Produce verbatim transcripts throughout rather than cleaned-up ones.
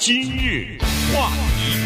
今日话题，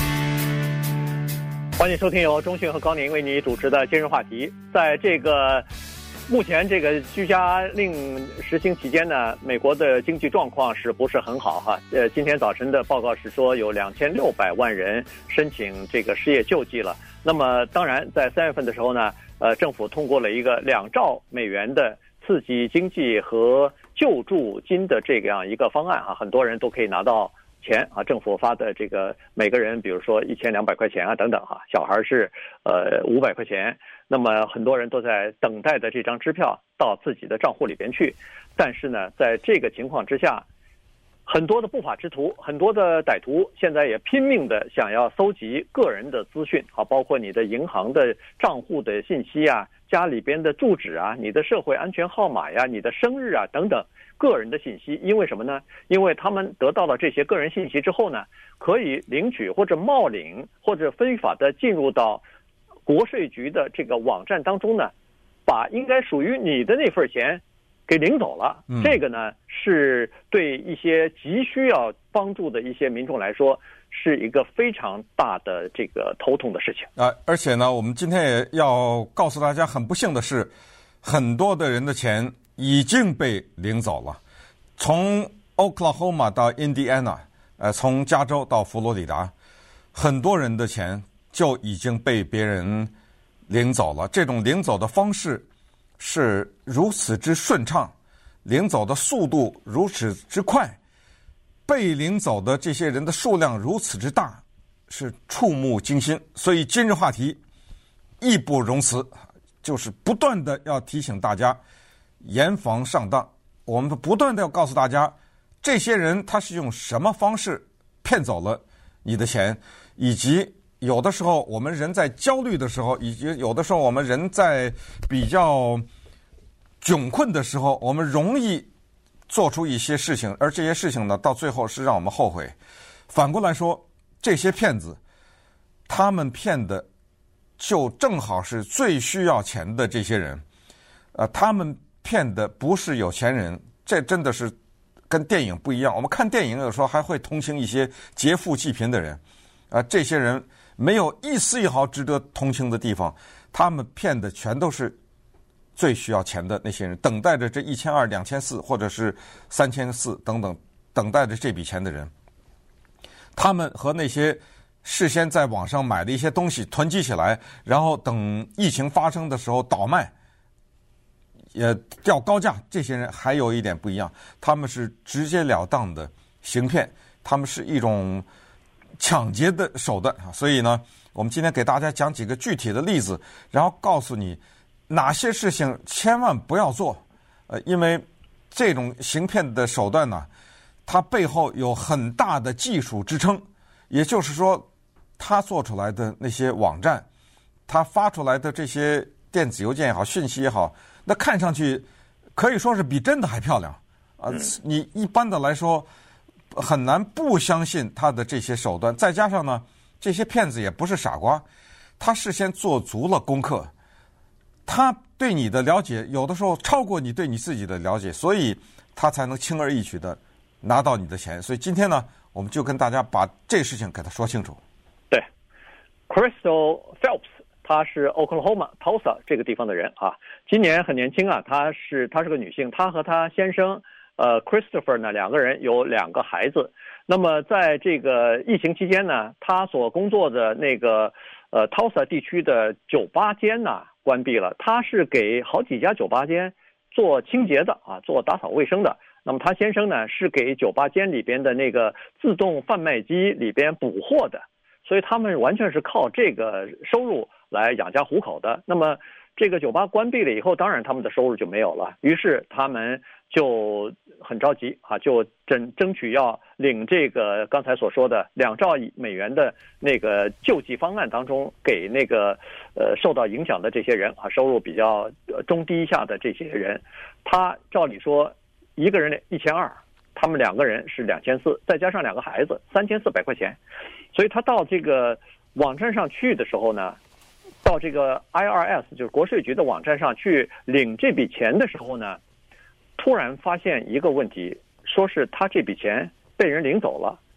欢迎收听由钟迅和高宁为你主持的今日话题。在这个目前这个居家令实行期间呢，美国的经济状况是不是很好哈？呃，今天早晨的报告是说有两千六百万人申请这个失业救济了。那么当然，在三月份的时候呢，呃，政府通过了一个两兆美元的刺激经济和救助金的这样一个方案啊，很多人都可以拿到钱啊，政府发的这个每个人，比如说一千两百块钱啊等等哈，小孩是呃五百块钱，那么很多人都在等待的这张支票到自己的账户里边去。但是呢，在这个情况之下，很多的不法之徒，很多的歹徒现在也拼命的想要搜集个人的资讯啊，包括你的银行的账户的信息啊，家里边的住址啊，你的社会安全号码呀，你的生日啊等等个人的信息。因为什么呢？因为他们得到了这些个人信息之后呢，可以领取或者冒领或者非法的进入到国税局的这个网站当中呢，把应该属于你的那份钱给领走了。 嗯、 这个呢是对一些急需要帮助的一些民众来说是一个非常大的这个头痛的事情啊！而且呢，我们今天也要告诉大家，很不幸的是，很多的人的钱已经被领走了。从 Oklahoma 到 Indiana， 呃，从加州到佛罗里达，很多人的钱就已经被别人领走了。这种领走的方式是如此之顺畅，领走的速度如此之快，被领走的这些人的数量如此之大，是触目惊心。所以今日话题义不容辞，就是不断的要提醒大家严防上当。我们不断的要告诉大家，这些人他是用什么方式骗走了你的钱，以及有的时候我们人在焦虑的时候，以及有的时候我们人在比较窘困的时候，我们容易做出一些事情，而这些事情呢，到最后是让我们后悔。反过来说，这些骗子他们骗的就正好是最需要钱的这些人，呃，他们骗的不是有钱人，这真的是跟电影不一样。我们看电影有时候还会同情一些劫富济贫的人，啊、呃，这些人没有一丝一毫值得同情的地方，他们骗的全都是最需要钱的那些人，等待着这一千二、两千四或者是三千四等等，等待着这笔钱的人。他们和那些事先在网上买的一些东西囤积起来，然后等疫情发生的时候倒卖，也调高价，这些人还有一点不一样，他们是直截了当的行骗，他们是一种抢劫的手段。所以呢，我们今天给大家讲几个具体的例子，然后告诉你哪些事情千万不要做。呃，因为这种行骗的手段呢，它背后有很大的技术支撑，也就是说，他做出来的那些网站，他发出来的这些电子邮件也好，讯息也好，那看上去可以说是比真的还漂亮啊、呃！你一般的来说很难不相信他的这些手段。再加上呢，这些骗子也不是傻瓜，他事先做足了功课，他对你的了解有的时候超过你对你自己的了解，所以他才能轻而易举的拿到你的钱。所以今天呢，我们就跟大家把这事情给他说清楚。 对 ，Crystal Phelps， 她是 Oklahoma Tulsa 这个地方的人啊，今年很年轻啊，她是她是个女性，她和她先生呃 Christopher 呢两个人有两个孩子。那么在这个疫情期间呢，她所工作的那个呃 Tulsa 地区的酒吧间呢关闭了，她是给好几家酒吧间做清洁的啊，做打扫卫生的。那么她先生呢是给酒吧间里边的那个自动贩卖机里边补货的，所以他们完全是靠这个收入来养家糊口的。那么这个酒吧关闭了以后，当然他们的收入就没有了，于是他们就很着急啊，就争争取要领这个刚才所说的两兆美元的那个救济方案当中，给那个呃受到影响的这些人啊，收入比较中低下的这些人，他照理说一个人一千二，他们两个人是两千四，再加上两个孩子三千四百块钱，所以他到这个网站上去的时候呢，到这个 I R S 就是国税局的网站上去领这笔钱的时候呢，突然发现一个问题，说是他这笔钱被人领走了。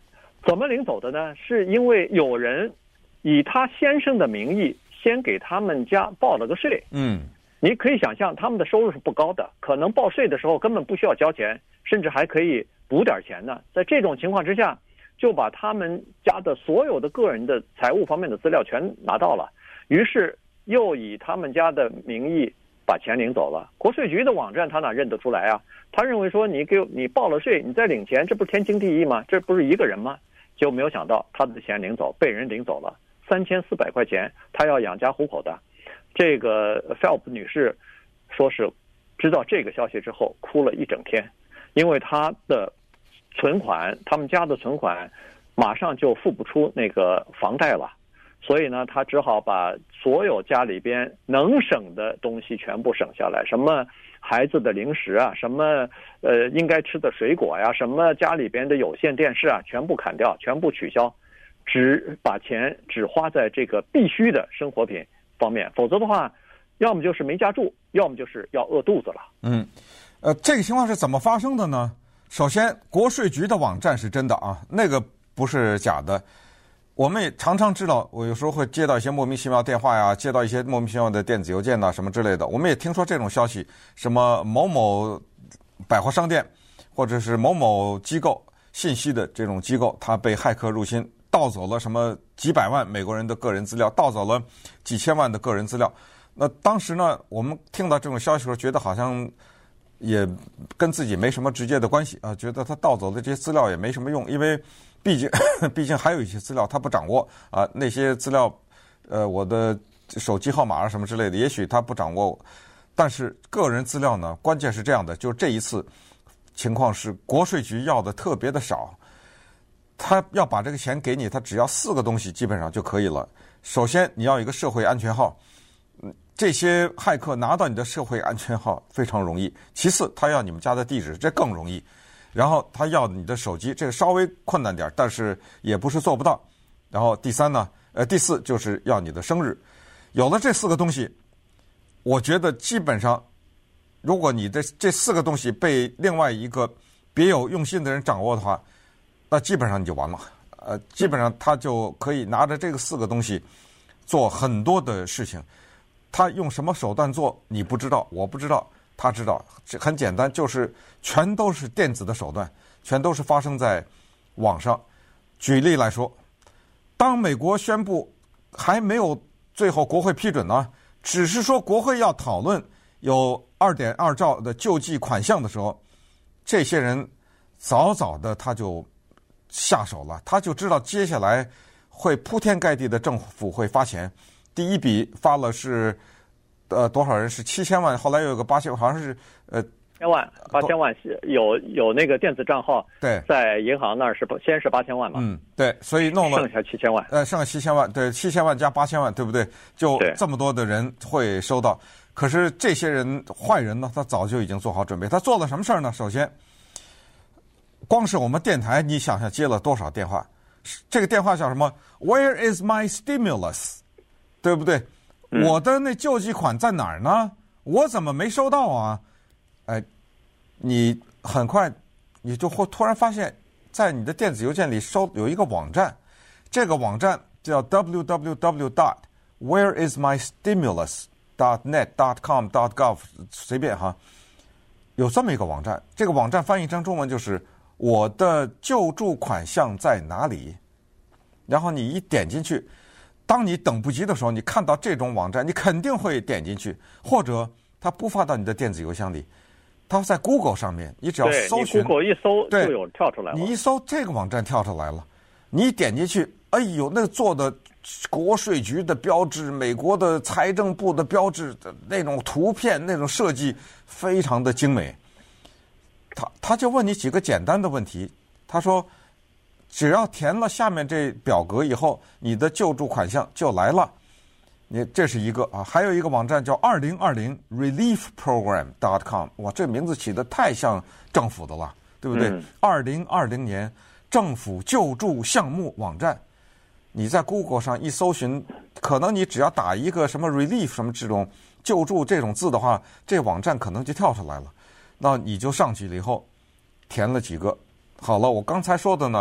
怎么领走的呢？是因为有人以他先生的名义先给他们家报了个税。 嗯， 你可以想象他们的收入是不高的，可能报税的时候根本不需要交钱，甚至还可以补点钱呢。在这种情况之下，就把他们家的所有的个人的财务方面的资料全拿到了，于是又以他们家的名义把钱领走了。国税局的网站他哪认得出来啊？他认为说你给你报了税，你再领钱，这不是天经地义吗？这不是一个人吗？结果没有想到他的钱领走，被人领走了三千四百块钱，他要养家糊口的。这个 Phelps 女士说是知道这个消息之后哭了一整天，因为她的存款，他们家的存款马上就付不出那个房贷了，所以呢，她只好把所有家里边能省的东西全部省下来，什么孩子的零食啊，什么呃应该吃的水果呀，什么家里边的有线电视啊，全部砍掉，全部取消，只把钱只花在这个必须的生活品方面，否则的话，要么就是没家住，要么就是要饿肚子了。 嗯，呃，这个情况是怎么发生的呢？首先，国税局的网站是真的啊，那个不是假的。我们也常常知道，我有时候会接到一些莫名其妙电话呀，接到一些莫名其妙的电子邮件呐、啊，什么之类的。我们也听说这种消息，什么某某百货商店或者是某某机构信息的这种机构，它被骇客入侵，盗走了什么几百万美国人的个人资料，盗走了几千万的个人资料。那当时呢，我们听到这种消息的时候，觉得好像也跟自己没什么直接的关系啊，觉得他盗走的这些资料也没什么用，因为毕竟毕竟还有一些资料他不掌握啊，那些资料，呃，我的手机号码啊什么之类的，也许他不掌握。但是个人资料呢，关键是这样的，就是这一次情况是国税局要的特别的少，他要把这个钱给你，他只要四个东西基本上就可以了。首先，你要一个社会安全号。这些骇客拿到你的社会安全号非常容易，其次他要你们家的地址，这更容易，然后他要你的手机，这个稍微困难点，但是也不是做不到。然后第三呢，呃，第四就是要你的生日。有了这四个东西，我觉得基本上，如果你的这四个东西被另外一个别有用心的人掌握的话，那基本上你就完了。呃，基本上他就可以拿着这个四个东西做很多的事情。他用什么手段做你不知道，我不知道，他知道。这很简单，就是全都是电子的手段，全都是发生在网上。举例来说，当美国宣布还没有最后国会批准呢，只是说国会要讨论有 二点二兆的救济款项的时候，这些人早早的他就下手了，他就知道接下来会铺天盖地的政府会发钱。第一笔发了是，呃，多少人是七千万，后来又有个八千万，好像是呃千万八千万有有那个电子账号， 对， 在银行那儿是先是八千万嘛， 嗯，对，所以弄了剩下七千万， 呃，剩下七千万，对，七千万加八千万，对不对？就这么多的人会收到，可是这些人坏人呢，他早就已经做好准备，他做了什么事儿呢？首先，光是我们电台，你想想接了多少电话？这个电话叫什么 ？Where is my stimulus？对不对？ 嗯、 我的那救济款在哪儿呢？我怎么没收到啊？哎，你很快你就会突然发现，在你的电子邮件里收有一个网站，这个网站叫 w w w dot where is my stimulus dot net dot com dot gov 随便哈，有这么一个网站。这个网站翻译成中文就是我的救助款项在哪里？然后你一点进去。当你等不及的时候，你看到这种网站，你肯定会点进去，或者它不发到你的电子邮箱里，它在 Google 上面，你只要搜寻 ，Google 一搜就有跳出来了。 你一搜这个网站跳出来了，你一点进去，哎呦，那做的国税局的标志、美国的财政部的标志的那种图片、那种设计，非常的精美。他他就问你几个简单的问题，他说。只要填了下面这表格以后，你的救助款项就来了。你这是一个啊，还有一个网站叫二零二零 relief program dot com， 哇，这名字起得太像政府的了，对不对？二零二零年政府救助项目网站，你在 Google 上一搜寻，可能你只要打一个什么 relief 什么这种救助这种字的话，这网站可能就跳出来了。那你就上去了以后，填了几个。好了，我刚才说的呢。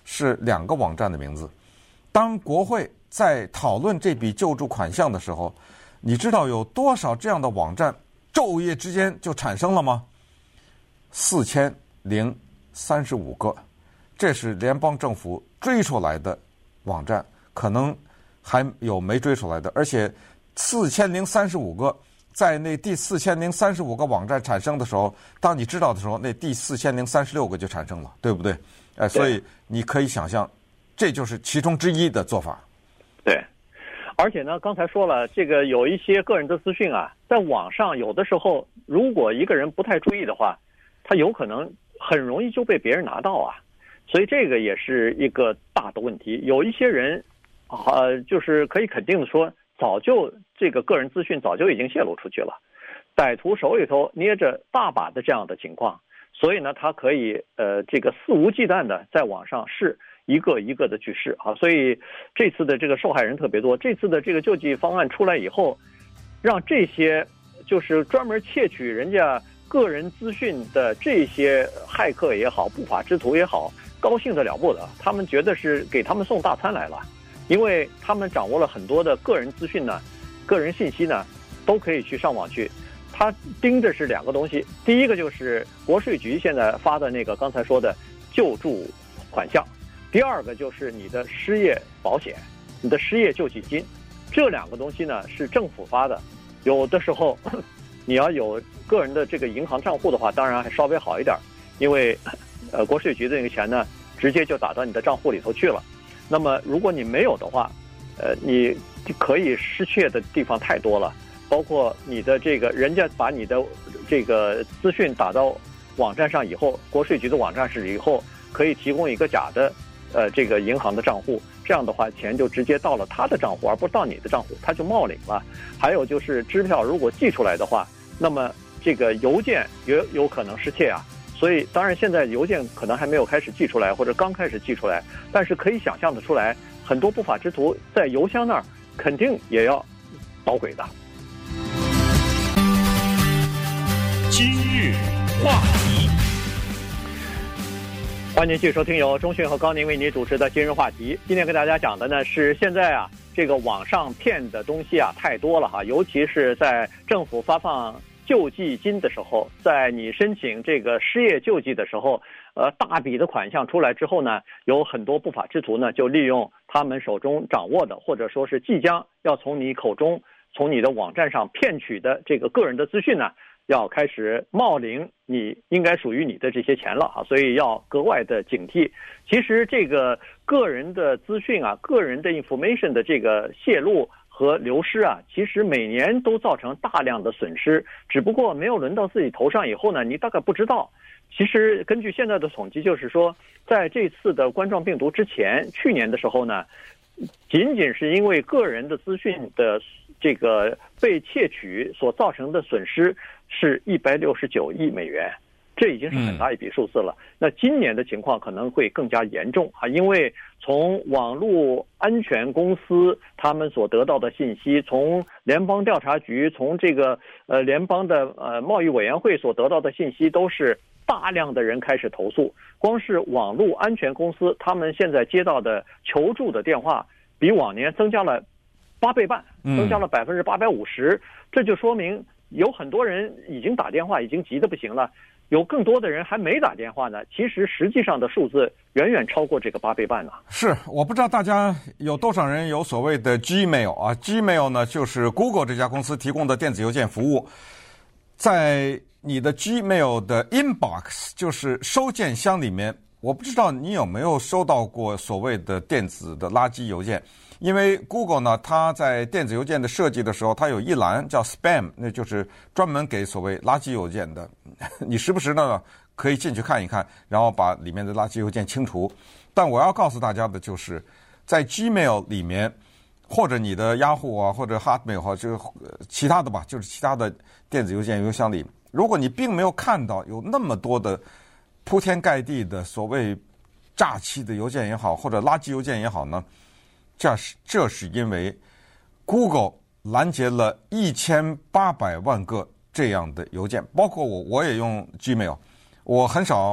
是两个网站的名字。当国会在讨论这笔救助款项的时候，你知道有多少这样的网站昼夜之间就产生了吗？四千零三十五个，这是联邦政府追出来的网站，可能还有没追出来的，而且四千零三十五个，在那第四千零三十五个网站产生的时候，当你知道的时候，那第四千零三十六个就产生了，对不对？哎、呃，所以你可以想象，这就是其中之一的做法。 对，而且呢，刚才说了，这个有一些个人的资讯啊，在网上有的时候，如果一个人不太注意的话，他有可能很容易就被别人拿到啊，所以这个也是一个大的问题。有一些人，呃，就是可以肯定的说，早就这个个人资讯早就已经泄露出去了，歹徒手里头捏着大把的这样的情况，所以呢，他可以呃这个肆无忌惮的在网上试。一个一个的去试啊，所以这次的这个受害人特别多。这次的这个救济方案出来以后，让这些就是专门窃取人家个人资讯的这些骇客也好，不法之徒也好，高兴得了不得。他们觉得是给他们送大餐来了，因为他们掌握了很多的个人资讯呢，个人信息呢，都可以去上网去。他盯着是两个东西，第一个就是国税局现在发的那个刚才说的救助款项。第二个就是你的失业保险，你的失业救济金，这两个东西呢是政府发的。有的时候你要有个人的这个银行账户的话，当然还稍微好一点，因为呃国税局的那个钱呢直接就打到你的账户里头去了。那么如果你没有的话，呃你可以失窃的地方太多了，包括你的这个人家把你的这个资讯打到网站上以后，国税局的网站是以后可以提供一个假的呃，这个银行的账户，这样的话钱就直接到了他的账户，而不是到你的账户，他就冒领了。还有就是支票如果寄出来的话，那么这个邮件也有可能失窃啊。所以当然现在邮件可能还没有开始寄出来，或者刚开始寄出来，但是可以想象得出来，很多不法之徒在邮箱那儿肯定也要捣鬼的。 今日话题。 欢迎继续收听由钟迅和高宁为你主持的今日话题。今天跟大家讲的呢是现在啊这个网上骗的东西啊太多了哈，尤其是在政府发放救济金的时候，在你申请这个失业救济的时候，呃大笔的款项出来之后呢，有很多不法之徒呢就利用他们手中掌握的，或者说是即将要从你口中从你的网站上骗取的这个个人的资讯呢，要开始冒领你应该属于你的这些钱了啊，所以要格外的警惕。其实这个个人的资讯啊，个人的 information 的这个泄露和流失啊，其实每年都造成大量的损失，只不过没有轮到自己头上以后呢，你大概不知道。其实根据现在的统计，就是说在这次的冠状病毒之前，去年的时候呢，仅仅是因为个人的资讯的这个被窃取所造成的损失是一百六十九亿美元，这已经是很大一笔数字了。嗯、那今年的情况可能会更加严重啊，因为从网络安全公司他们所得到的信息，从联邦调查局，从这个呃联邦的呃贸易委员会所得到的信息，都是大量的人开始投诉。光是网络安全公司，他们现在接到的求助的电话比往年增加了八倍半，增加了百分之八百五十，这就说明有很多人已经打电话，已经急得不行了。有更多的人还没打电话呢，其实实际上的数字远远超过这个八倍半呢。 是，我不知道大家有多少人有所谓的 Gmail 啊 ，Gmail 呢就是 Google 这家公司提供的电子邮件服务，在你的 Gmail 的 inbox 就是收件箱里面，我不知道你有没有收到过所谓的电子的垃圾邮件。因为 Google 呢，它在电子邮件的设计的时候，它有一栏叫 Spam， 那就是专门给所谓垃圾邮件的。你时不时呢可以进去看一看，然后把里面的垃圾邮件清除。但我要告诉大家的就是，在 Gmail 里面，或者你的 Yahoo 啊，或者 Hotmail 啊，就是其他的吧，就是其他的电子邮件邮箱里，如果你并没有看到有那么多的铺天盖地的所谓诈欺的邮件也好，或者垃圾邮件也好呢，这是这是因为 Google 拦截了一千八百万个这样的邮件，包括我我也用 Gmail， 我很少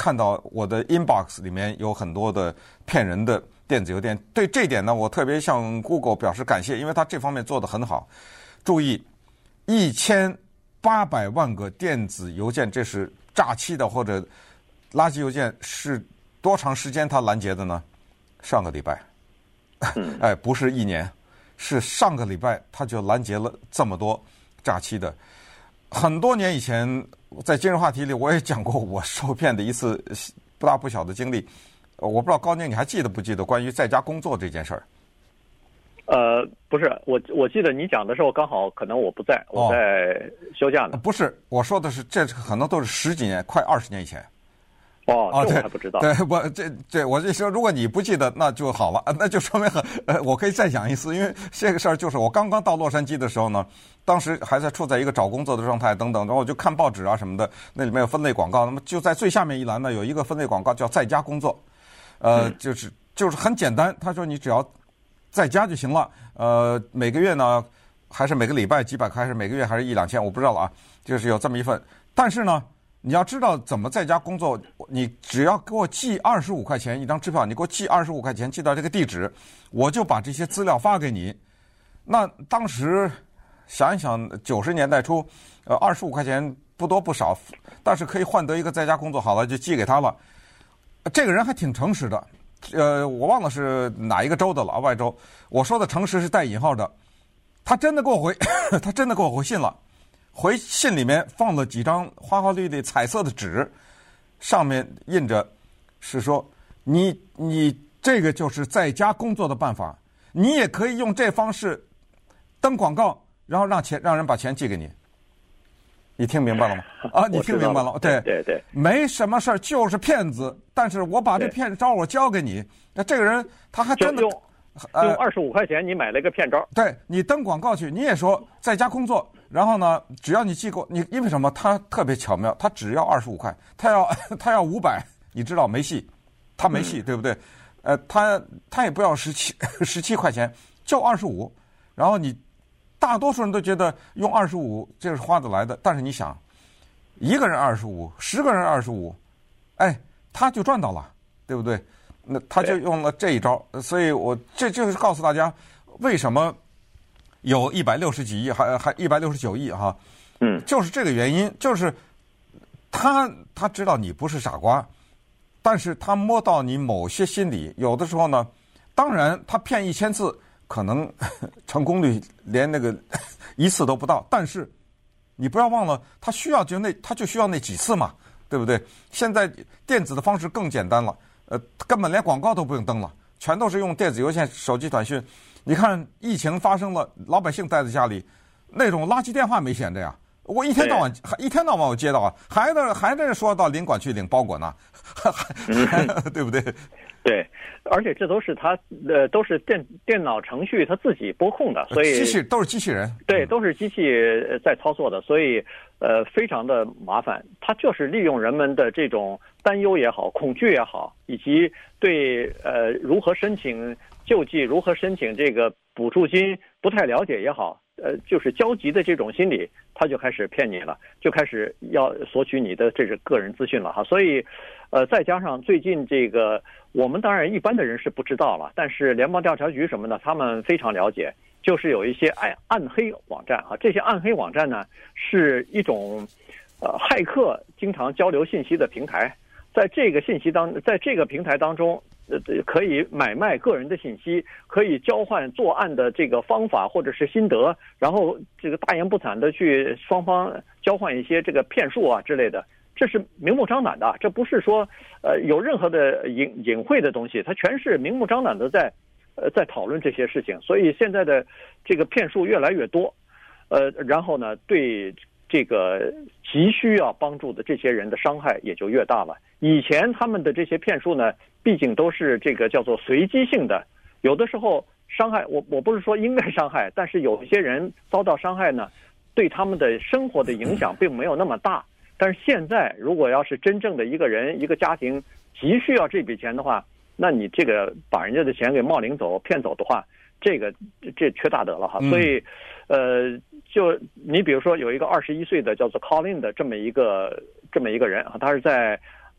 看到我的 inbox 里面有很多的骗人的电子邮件。对这点呢，我特别向 Google 表示感谢，因为他这方面做得很好。注意，一千八百万个电子邮件，这是诈欺的或者垃圾邮件，是多长时间他拦截的呢？上个礼拜，哎，不是一年，是上个礼拜他就拦截了这么多诈欺的。很多年以前，在今日话题里我也讲过我受骗的一次不大不小的经历。我不知道高宁你还记得不记得关于在家工作这件事儿？ 呃，不是，我我记得你讲的时候刚好可能我不在，我在休假呢。 哦、不是，我说的是这可能都是十几年，快二十年以前。 哦，这我还不知道。 对，对我这这我就说，如果你不记得，那就好了，那就说明很呃，我可以再讲一次，因为这个事儿就是我刚刚到洛杉矶的时候呢，当时还在处在一个找工作的状态等等，然后我就看报纸啊什么的，那里面有分类广告，那么就在最下面一栏呢有一个分类广告叫在家工作，呃， 嗯、 就是就是很简单，他说你只要在家就行了，呃，每个月呢还是每个礼拜几百块，还是每个月还是一两千，我不知道了啊，就是有这么一份，但是呢。你要知道怎么在家工作，你只要给我寄二十五块钱一张支票，你给我寄二十五块钱寄到这个地址，我就把这些资料发给你。那当时想一想，九十年代初，呃，二十五块钱不多不少，但是可以换得一个在家工作，好了就寄给他了。这个人还挺诚实的，呃，我忘了是哪一个州的了，外州。我说的诚实是带引号的，他真的给我回，他真的给我回信了。回信里面放了几张花花绿绿彩色的纸，上面印着是说你你这个就是在家工作的办法，你也可以用这方式登广告，然后让钱让人把钱寄给你。你听明白了吗？啊，你听明白了？对对对， 没什么事儿，就是骗子。但是我把这骗招我教给你，那这个人他还真的用用二十五块钱你买了一个骗招。 对你登广告去，你也说在家工作。然后呢，只要你寄过你，因为什么？他特别巧妙，他只要二十五块，他要他要五百，你知道没戏，他没戏，嗯、对不对？呃，他他也不要十七十七块钱，就二十五。然后你大多数人都觉得用二十五这是花得来的，但是你想，一个人二十五，十个人二十五，哎，他就赚到了，对不对？那他就用了这一招，所以我这就是告诉大家为什么。有一百六十几亿，还还一百六十九亿哈， 嗯， 就是这个原因，就是他他知道你不是傻瓜，但是他摸到你某些心理，有的时候呢，当然他骗一千次，可能成功率连那个一次都不到，但是你不要忘了，他需要就那他就需要那几次嘛，对不对？现在电子的方式更简单了，呃，根本连广告都不用登了，全都是用电子邮件、手机短讯。你看，疫情发生了，老百姓待在家里，那种垃圾电话没闲着呀。我一天到晚，一天到晚我接到啊，还在还在说到领馆去领包裹呢，对不对？ 对，而且这都是他呃，都是电电脑程序他自己拨控的，所以机器都是机器人， 对，都是机器在操作的，所以呃，非常的麻烦。他就是利用人们的这种担忧也好、恐惧也好，以及对呃如何申请救济、如何申请这个补助金不太了解也好，呃，就是焦急的这种心理，他就开始骗你了，就开始要索取你的这个个人资讯了哈。所以，呃，再加上最近这个，我们当然一般的人是不知道了，但是联邦调查局什么的，他们非常了解，就是有一些暗暗黑网站哈，这些暗黑网站呢是一种呃骇客经常交流信息的平台，在这个信息当，在这个平台当中。呃，可以买卖个人的信息，可以交换作案的这个方法或者是心得，然后这个大言不惭的去双方交换一些这个骗术啊之类的，这是明目张胆的，这不是说呃有任何的隐隐晦的东西，它全是明目张胆的在呃在讨论这些事情，所以现在的这个骗术越来越多，呃，然后呢，对这个急需要帮助的这些人的伤害也就越大了。以前他们的这些骗术呢，毕竟都是这个叫做随机性的，有的时候伤害我我不是说应该伤害，但是有一些人遭到伤害呢，对他们的生活的影响并没有那么大。但是现在如果要是真正的一个人一个家庭急需要这笔钱的话，那你这个把人家的钱给冒领走骗走的话，这个这缺大德了哈。所以呃就你比如说有一个二十一岁的叫做 Colin 的这么一个这么一个人啊，他是在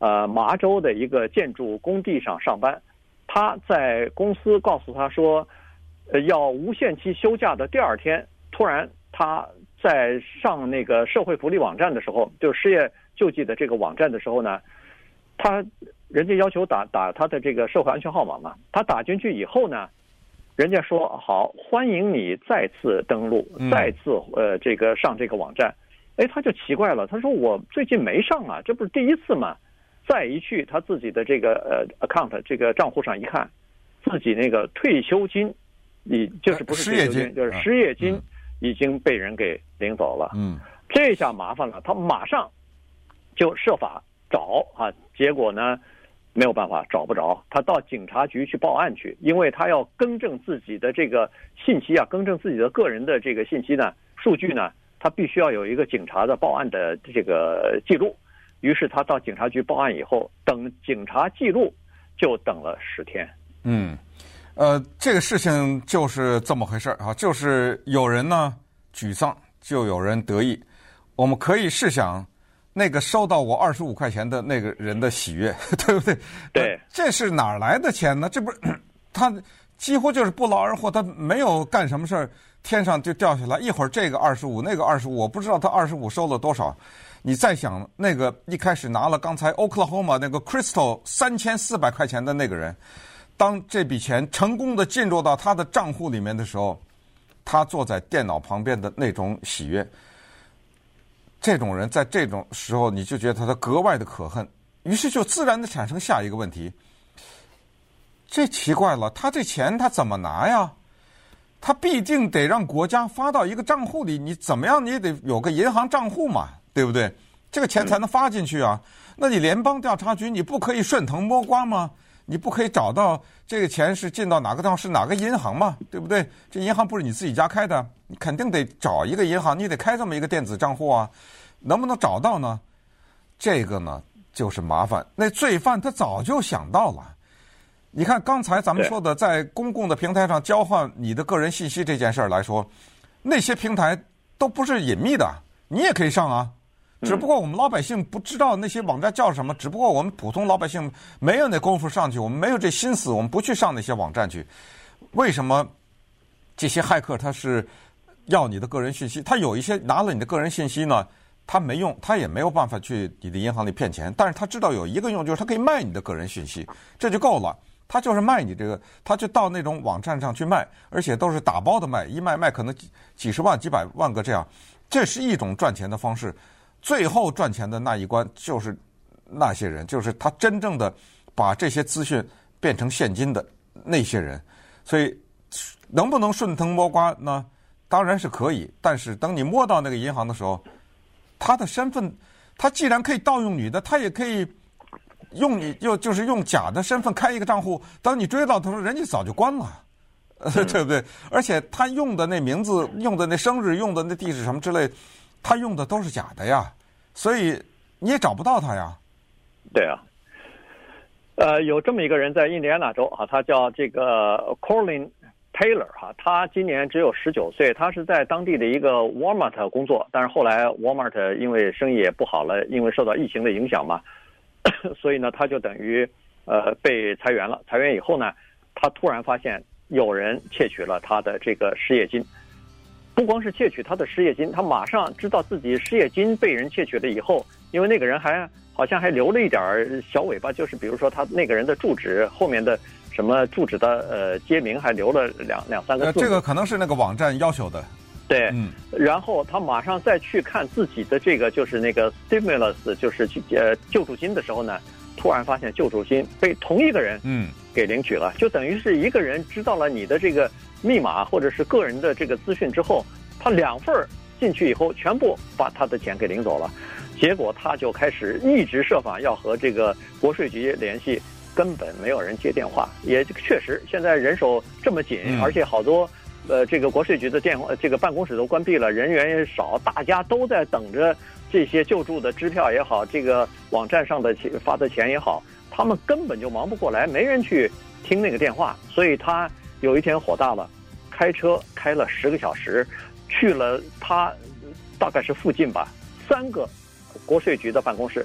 呃麻州的一个建筑工地上上班。他在公司告诉他说，呃，要无限期休假的第二天，突然他在上那个社会福利网站的时候，就是失业救济的这个网站的时候呢，他人家要求打打他的这个社会安全号码嘛，他打进去以后呢，人家说好，欢迎你再次登录，再次呃这个上这个网站。哎，他就奇怪了，他说我最近没上啊，这不是第一次吗？再一去他自己的这个呃 account 这个账户上一看，自己那个退休金，你就是不是退休金，就是失业金已经被人给领走了。嗯，这下麻烦了，他马上就设法找啊，结果呢没有办法找不着，他到警察局去报案去，因为他要更正自己的这个信息啊，更正自己的个人的这个信息呢，数据呢，他必须要有一个警察的报案的这个记录。于是他到警察局报案以后，等警察记录就等了十天。 嗯，呃，这个事情就是这么回事啊，就是有人呢沮丧，就有人得意。我们可以试想，那个收到我二十五块钱的那个人的喜悦，对不对？ 对， 这是哪儿来的钱呢？这不是他几乎就是不劳而获，他没有干什么事儿，天上就掉下来，一会儿这个二十五，那个二十五，我不知道他二十五收了多少。你再想那个一开始拿了刚才 Oklahoma 那个 Crystal 三千四百块钱的那个人，当这笔钱成功的进入到他的账户里面的时候，他坐在电脑旁边的那种喜悦，这种人在这种时候你就觉得他格外的可恨，于是就自然的产生下一个问题，这奇怪了，他这钱他怎么拿呀？他必定得让国家发到一个账户里，你怎么样你也得有个银行账户嘛，对不对？这个钱才能发进去啊。那你联邦调查局你不可以顺藤摸瓜吗？你不可以找到这个钱是进到哪个地方，是哪个银行嘛，对不对？这银行不是你自己家开的，你肯定得找一个银行，你得开这么一个电子账户啊。能不能找到呢？这个呢就是麻烦。那罪犯他早就想到了。你看刚才咱们说的，在公共的平台上交换你的个人信息这件事儿来说，那些平台都不是隐秘的，你也可以上啊。只不过我们老百姓不知道那些网站叫什么，只不过我们普通老百姓没有那功夫上去，我们没有这心思，我们不去上那些网站去。为什么这些骇客他是要你的个人信息？他有一些拿了你的个人信息呢，他没用，他也没有办法去你的银行里骗钱，但是他知道有一个用，就是他可以卖你的个人信息，这就够了。他就是卖你这个，他就到那种网站上去卖，而且都是打包的卖，一卖卖可能几几十万、几百万个这样，这是一种赚钱的方式。最后赚钱的那一关就是那些人，就是他真正的把这些资讯变成现金的那些人。所以能不能顺藤摸瓜呢？当然是可以，但是等你摸到那个银行的时候，他的身份，他既然可以盗用你的，他也可以用你又就是用假的身份开一个账户，当你追到他说人家早就关了，呃、对不对？而且他用的那名字、用的那生日、用的那地址什么之类，他用的都是假的呀，所以你也找不到他呀。 对啊，呃，有这么一个人在印第安纳州啊，他叫这个 Colin Taylor 哈，他今年只有十九岁，他是在当地的一个 Walmart 工作，但是后来 Walmart 因为生意也不好了，因为受到疫情的影响嘛。所以呢，他就等于呃被裁员了。裁员以后呢，他突然发现有人窃取了他的这个失业金。不光是窃取他的失业金，他马上知道自己失业金被人窃取了以后，因为那个人还好像还留了一点小尾巴，就是比如说他那个人的住址后面的什么住址的呃街名还留了两两三个字。 呃，这个可能是那个网站要求的。 对，嗯，然后他马上再去看自己的这个就是那个 stimulus， 就是呃救助金的时候呢，突然发现救助金被同一个人嗯给领取了，就等于是一个人知道了你的这个密码或者是个人的这个资讯之后，他两份进去以后，全部把他的钱给领走了。结果他就开始一直设法要和这个国税局联系，根本没有人接电话，也确实现在人手这么紧，嗯、而且好多。呃，这个国税局的电话，这个办公室都关闭了，人员也少，大家都在等着这些救助的支票也好，这个网站上的发的钱也好，他们根本就忙不过来，没人去听那个电话，所以他有一天火大了，开车开了十个小时，去了他大概是附近吧三个国税局的办公室，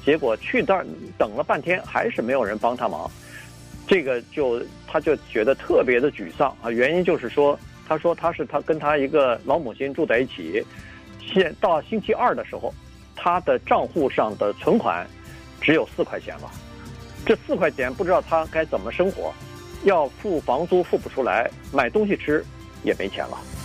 结果去那儿等了半天，还是没有人帮他忙，这个就他就觉得特别的沮丧啊。原因就是说，他说他是他跟他一个老母亲住在一起，现到星期二的时候，他的账户上的存款只有四块钱了，这四块钱不知道他该怎么生活，要付房租付不出来，买东西吃也没钱了。